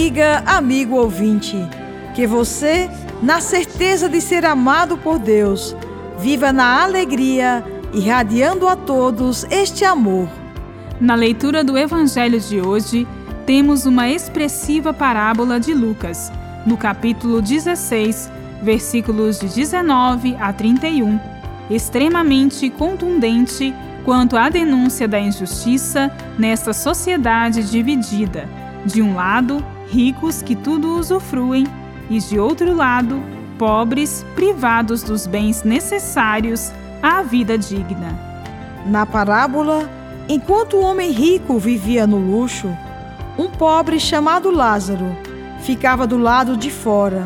amiga, amigo ouvinte, que você, na certeza de ser amado por Deus, viva na alegria, irradiando a todos este amor. Na leitura do Evangelho de hoje, temos uma expressiva parábola de Lucas, no capítulo 16, versículos de 19 a 31, extremamente contundente quanto à denúncia da injustiça nesta sociedade dividida. De um lado, ricos que tudo usufruem, e de outro lado, pobres privados dos bens necessários à vida digna. Na parábola, enquanto o homem rico vivia no luxo, um pobre chamado Lázaro ficava do lado de fora,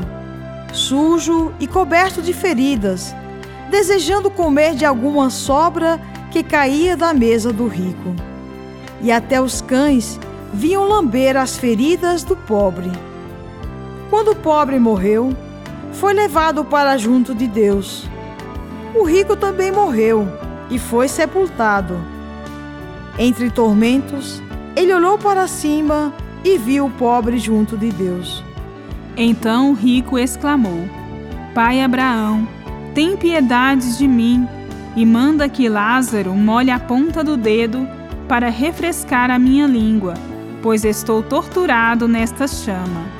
sujo e coberto de feridas, desejando comer de alguma sobra que caía da mesa do rico. E até os cães vinham lamber as feridas do pobre. Quando o pobre morreu, foi levado para junto de Deus. O rico também morreu e foi sepultado. Entre tormentos, ele olhou para cima e viu o pobre junto de Deus. Então o rico exclamou: Pai Abraão, tem piedade de mim e manda que Lázaro molhe a ponta do dedo para refrescar a minha língua, pois estou torturado nesta chama.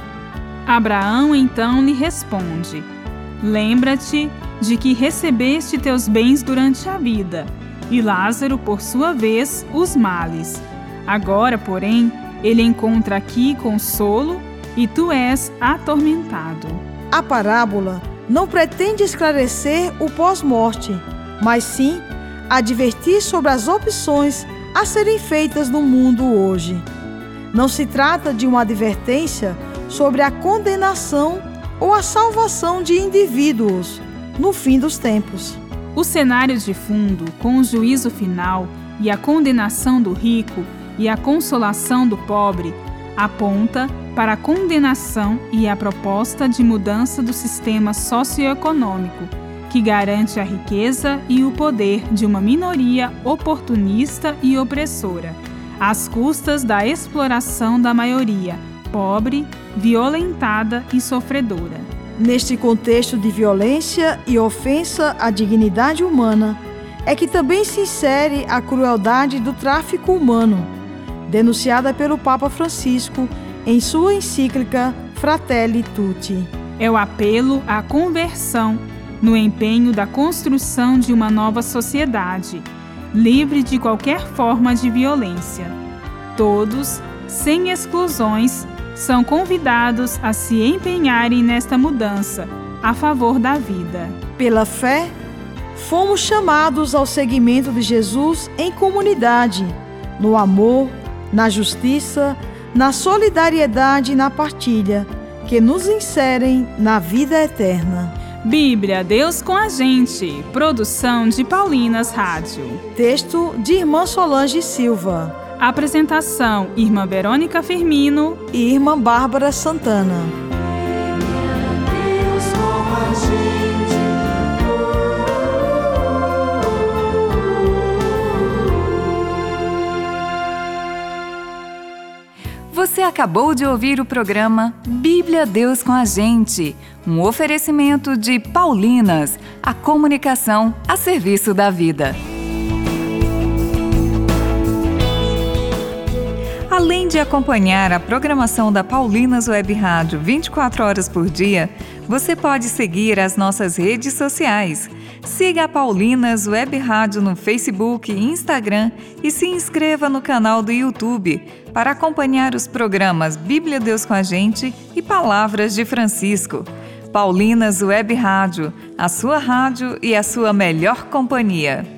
Abraão então lhe responde: Lembra-te de que recebeste teus bens durante a vida, e Lázaro, por sua vez, os males. Agora, porém, ele encontra aqui consolo e tu és atormentado. A parábola não pretende esclarecer o pós-morte, mas sim advertir sobre as opções a serem feitas no mundo hoje. Não se trata de uma advertência sobre a condenação ou a salvação de indivíduos no fim dos tempos. O cenário de fundo, com o juízo final e a condenação do rico e a consolação do pobre, aponta para a condenação e a proposta de mudança do sistema socioeconômico, que garante a riqueza e o poder de uma minoria oportunista e opressora, às custas da exploração da maioria, pobre, violentada e sofredora. Neste contexto de violência e ofensa à dignidade humana, é que também se insere a crueldade do tráfico humano, denunciada pelo Papa Francisco em sua encíclica Fratelli Tutti. É o apelo à conversão, no empenho da construção de uma nova sociedade, livre de qualquer forma de violência. Todos, sem exclusões, são convidados a se empenharem nesta mudança a favor da vida. Pela fé, fomos chamados ao seguimento de Jesus em comunidade, no amor, na justiça, na solidariedade e na partilha, que nos inserem na vida eterna. Bíblia, Deus com a gente. Produção de Paulinas Rádio. Texto de Irmã Solange Silva. Apresentação: Irmã Verônica Firmino e Irmã Bárbara Santana. Você acabou de ouvir o programa Bíblia Deus com a Gente, um oferecimento de Paulinas, a comunicação a serviço da vida. Além de acompanhar a programação da Paulinas Web Rádio 24 horas por dia, você pode seguir as nossas redes sociais. Siga a Paulinas Web Rádio no Facebook e Instagram e se inscreva no canal do YouTube para acompanhar os programas Bíblia Deus com a Gente e Palavras de Francisco. Paulinas Web Rádio, a sua rádio e a sua melhor companhia.